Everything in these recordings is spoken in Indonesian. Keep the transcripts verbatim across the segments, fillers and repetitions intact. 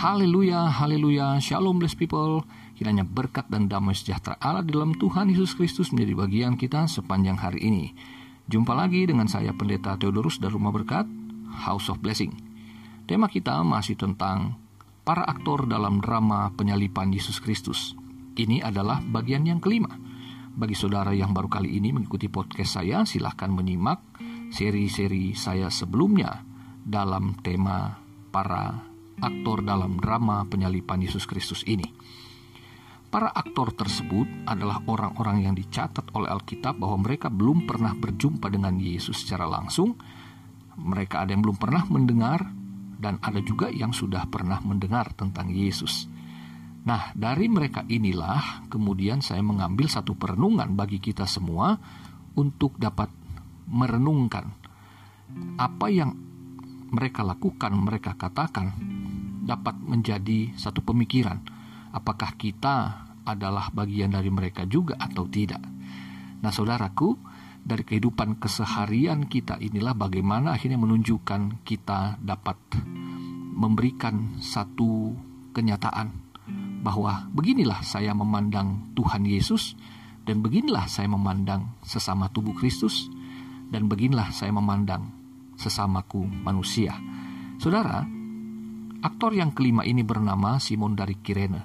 Haleluya, haleluya, shalom blessed people. Kiranya berkat dan damai sejahtera Allah di dalam Tuhan Yesus Kristus menjadi bagian kita sepanjang hari ini. Jumpa lagi dengan saya Pendeta Theodorus dari Rumah Berkat, House of Blessing. Tema kita masih tentang para aktor dalam drama penyalipan Yesus Kristus. Ini adalah bagian yang kelima. Bagi saudara yang baru kali ini mengikuti podcast saya, silahkan menyimak seri-seri saya sebelumnya dalam tema para aktor dalam drama penyalipan Yesus Kristus ini. Para aktor tersebut adalah orang-orang yang dicatat oleh Alkitab bahwa mereka belum pernah berjumpa dengan Yesus secara langsung. Mereka ada yang belum pernah mendengar, dan ada juga yang sudah pernah mendengar tentang Yesus. Nah, dari mereka inilah kemudian saya mengambil satu perenungan bagi kita semua untuk dapat merenungkan apa yang mereka lakukan, mereka katakan dapat menjadi satu pemikiran. Apakah kita adalah bagian dari mereka juga atau tidak? Nah, saudaraku, dari kehidupan keseharian kita inilah bagaimana akhirnya menunjukkan kita dapat memberikan satu kenyataan bahwa beginilah saya memandang Tuhan Yesus, dan beginilah saya memandang sesama tubuh Kristus, dan beginilah saya memandang sesamaku manusia. Saudara, aktor yang kelima ini bernama Simon dari Kirene.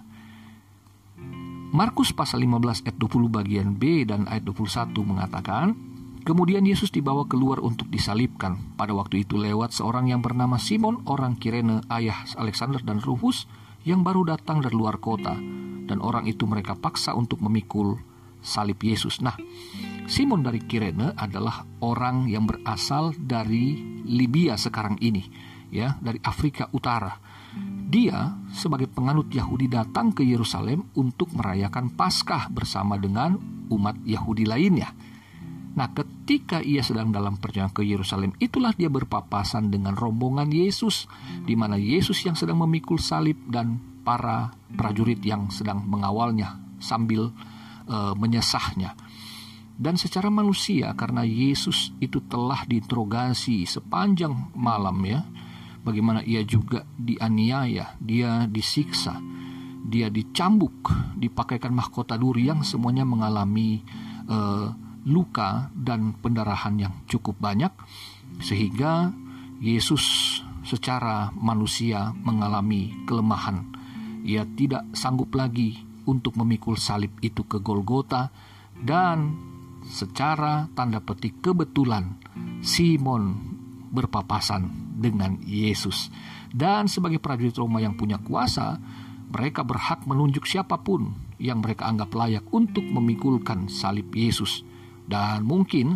Markus pasal lima belas ayat dua puluh bagian B dan ayat dua puluh satu mengatakan, kemudian Yesus dibawa keluar untuk disalibkan. Pada waktu itu lewat seorang yang bernama Simon orang Kirene, ayah Alexander dan Rufus, yang baru datang dari luar kota. Dan orang itu mereka paksa untuk memikul salib Yesus. Nah, Simon dari Kirene adalah orang yang berasal dari Libya sekarang ini, ya, dari Afrika Utara. Dia sebagai penganut Yahudi datang ke Yerusalem untuk merayakan Paskah bersama dengan umat Yahudi lainnya. Nah, ketika ia sedang dalam perjalanan ke Yerusalem, itulah dia berpapasan dengan rombongan Yesus, di mana Yesus yang sedang memikul salib dan para prajurit yang sedang mengawalnya sambil uh, menyesahnya. Dan secara manusia, karena Yesus itu telah diinterogasi sepanjang malam, ya, bagaimana ia juga dianiaya, dia disiksa, dia dicambuk, dipakaikan mahkota duri yang semuanya mengalami uh, luka dan pendarahan yang cukup banyak, sehingga Yesus secara manusia mengalami kelemahan. Ia tidak sanggup lagi untuk memikul salib itu ke Golgota, dan secara tanda petik kebetulan Simon berpapasan dengan Yesus. Dan sebagai prajurit Roma yang punya kuasa, mereka berhak menunjuk siapapun yang mereka anggap layak untuk memikulkan salib Yesus. Dan mungkin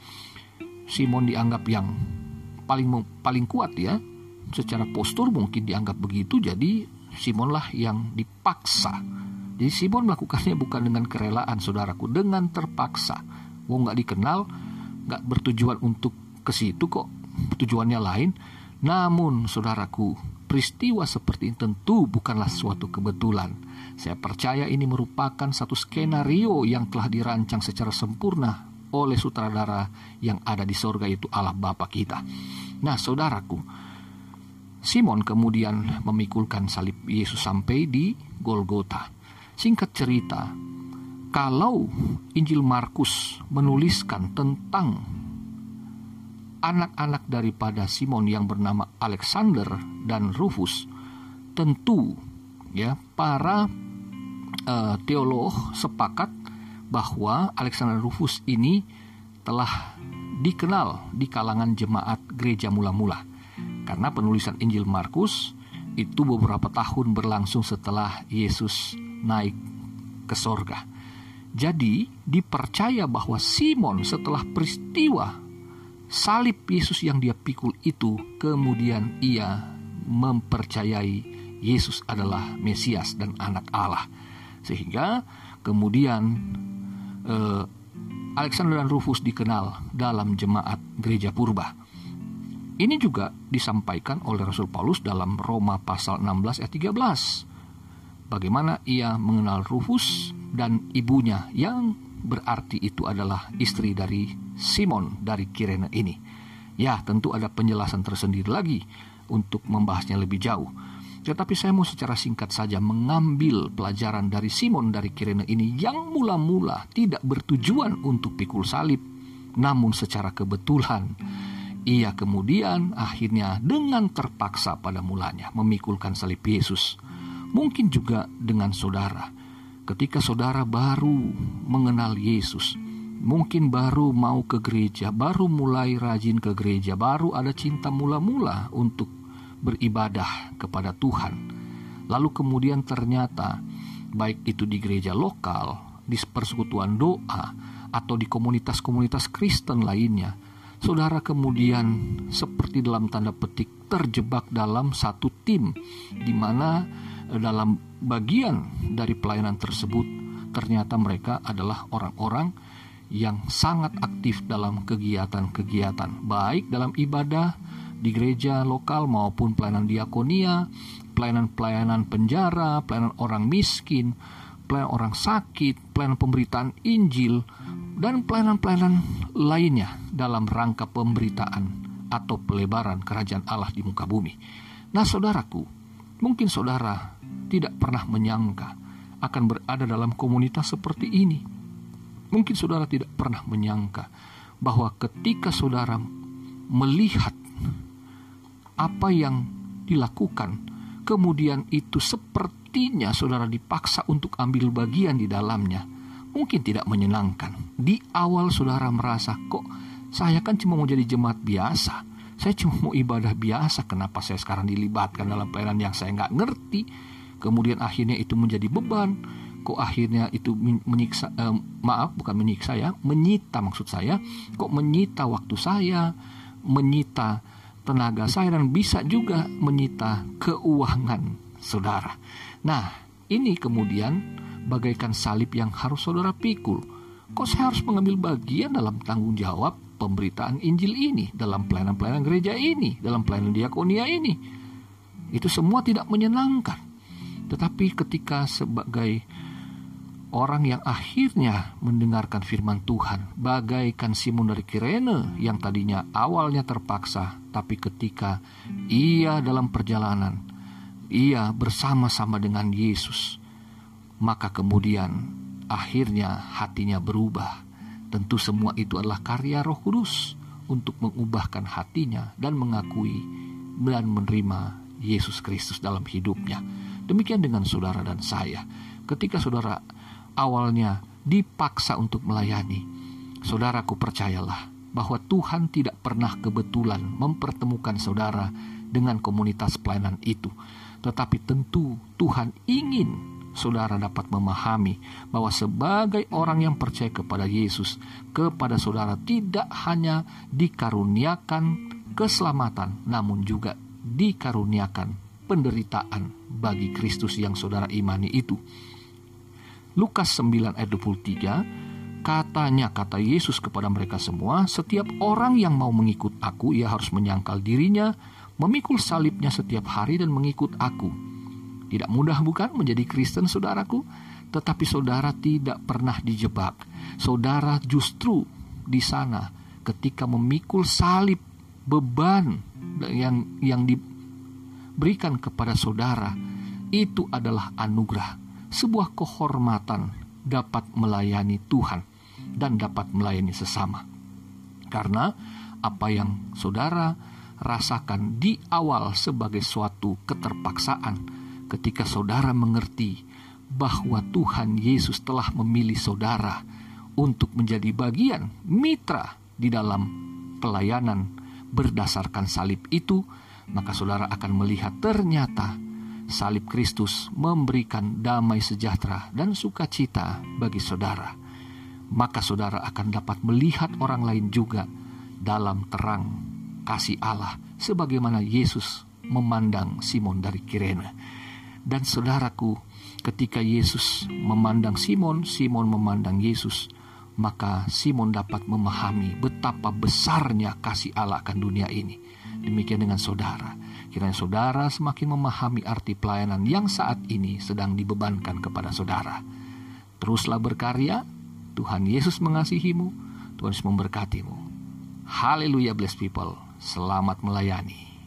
Simon dianggap yang paling paling kuat, ya, secara postur mungkin dianggap begitu. Jadi Simonlah yang dipaksa. Jadi Simon melakukannya bukan dengan kerelaan, saudaraku, dengan terpaksa. Wong nggak dikenal, nggak bertujuan untuk ke situ kok, tujuannya lain. Namun saudaraku, peristiwa seperti ini tentu bukanlah suatu kebetulan. Saya percaya ini merupakan satu skenario yang telah dirancang secara sempurna oleh sutradara yang ada di sorga, yaitu Allah Bapa kita. Nah, saudaraku, Simon kemudian memikulkan salib Yesus sampai di Golgota. Singkat cerita, kalau Injil Markus menuliskan tentang anak-anak daripada Simon yang bernama Alexander dan Rufus, tentu, ya, para uh, teolog sepakat bahwa Alexander dan Rufus ini telah dikenal di kalangan jemaat gereja mula-mula, karena penulisan Injil Markus itu beberapa tahun berlangsung setelah Yesus naik ke sorga. Jadi dipercaya bahwa Simon setelah peristiwa salib Yesus yang dia pikul itu, kemudian ia mempercayai Yesus adalah Mesias dan anak Allah. Sehingga kemudian eh, Alexander dan Rufus dikenal dalam jemaat gereja purba. Ini juga disampaikan oleh Rasul Paulus dalam Roma pasal enam belas ayat tiga belas. Bagaimana ia mengenal Rufus dan ibunya, yang berarti itu adalah istri dari Simon dari Kirene ini. Ya, tentu ada penjelasan tersendiri lagi untuk membahasnya lebih jauh. Tetapi saya mau secara singkat saja mengambil pelajaran dari Simon dari Kirene ini yang mula-mula tidak bertujuan untuk pikul salib, namun secara kebetulan ia kemudian akhirnya dengan terpaksa pada mulanya memikulkan salib Yesus. Mungkin juga dengan saudara, ketika saudara baru mengenal Yesus, mungkin baru mau ke gereja, baru mulai rajin ke gereja, baru ada cinta mula-mula untuk beribadah kepada Tuhan. Lalu kemudian ternyata baik itu di gereja lokal, di persekutuan doa, atau di komunitas-komunitas Kristen lainnya, saudara kemudian seperti dalam tanda petik terjebak dalam satu tim, di mana dalam bagian dari pelayanan tersebut ternyata mereka adalah orang-orang yang sangat aktif dalam kegiatan-kegiatan, baik dalam ibadah di gereja lokal maupun pelayanan diakonia, pelayanan-pelayanan penjara, pelayanan orang miskin, pelayanan orang sakit, pelayanan pemberitaan Injil, dan pelayanan-pelayanan lainnya dalam rangka pemberitaan atau pelebaran kerajaan Allah di muka bumi. Nah saudaraku, mungkin saudara tidak pernah menyangka akan berada dalam komunitas seperti ini. Mungkin saudara tidak pernah menyangka bahwa ketika saudara melihat apa yang dilakukan, kemudian itu sepertinya saudara dipaksa untuk ambil bagian di dalamnya, mungkin tidak menyenangkan. Di awal saudara merasa, kok saya kan cuma mau jadi jemaat biasa, saya cuma mau ibadah biasa, kenapa saya sekarang dilibatkan dalam pelayanan yang saya nggak ngerti? Kemudian akhirnya itu menjadi beban, kok akhirnya itu menyiksa, eh, maaf bukan menyiksa ya, menyita maksud saya, kok menyita waktu saya, menyita tenaga saya, dan bisa juga menyita keuangan saudara. Nah, ini kemudian bagaikan salib yang harus saudara pikul. Kok saya harus mengambil bagian dalam tanggung jawab pemberitaan Injil ini, dalam pelayanan-pelayanan gereja ini, dalam pelayanan diakonia ini? Itu semua tidak menyenangkan. Tetapi ketika sebagai orang yang akhirnya mendengarkan firman Tuhan, bagaikan Simon dari Kirene yang tadinya awalnya terpaksa, tapi ketika ia dalam perjalanan, ia bersama-sama dengan Yesus, maka kemudian akhirnya hatinya berubah. Tentu semua itu adalah karya Roh Kudus untuk mengubahkan hatinya dan mengakui dan menerima Yesus Kristus dalam hidupnya. Demikian dengan saudara dan saya. Ketika saudara awalnya dipaksa untuk melayani, saudaraku percayalah bahwa Tuhan tidak pernah kebetulan mempertemukan saudara dengan komunitas pelayanan itu. Tetapi tentu Tuhan ingin saudara dapat memahami bahwa sebagai orang yang percaya kepada Yesus, kepada saudara tidak hanya dikaruniakan keselamatan, namun juga dikaruniakan penderitaan bagi Kristus yang saudara imani itu. Lukas sembilan ayat dua puluh tiga, katanya kata Yesus kepada mereka semua, setiap orang yang mau mengikut aku, ia harus menyangkal dirinya, memikul salibnya setiap hari dan mengikut aku. Tidak mudah bukan menjadi Kristen saudaraku? Tetapi saudara tidak pernah dijebak. Saudara justru di sana ketika memikul salib, beban yang yang diberikan kepada saudara itu adalah anugerah, sebuah kehormatan dapat melayani Tuhan dan dapat melayani sesama. Karena apa yang saudara rasakan di awal sebagai suatu keterpaksaan, ketika saudara mengerti bahwa Tuhan Yesus telah memilih saudara untuk menjadi bagian mitra di dalam pelayanan berdasarkan salib itu, maka saudara akan melihat ternyata salib Kristus memberikan damai sejahtera dan sukacita bagi saudara. Maka saudara akan dapat melihat orang lain juga dalam terang kasih Allah, sebagaimana Yesus memandang Simon dari Kirene. Dan saudaraku, ketika Yesus memandang Simon, Simon memandang Yesus, maka Simon dapat memahami betapa besarnya kasih Allah akan dunia ini. Demikian dengan saudara. Kiranya saudara semakin memahami arti pelayanan yang saat ini sedang dibebankan kepada saudara. Teruslah berkarya. Tuhan Yesus mengasihimu. Tuhan Yesus memberkatimu. Haleluya, blessed people. Selamat melayani.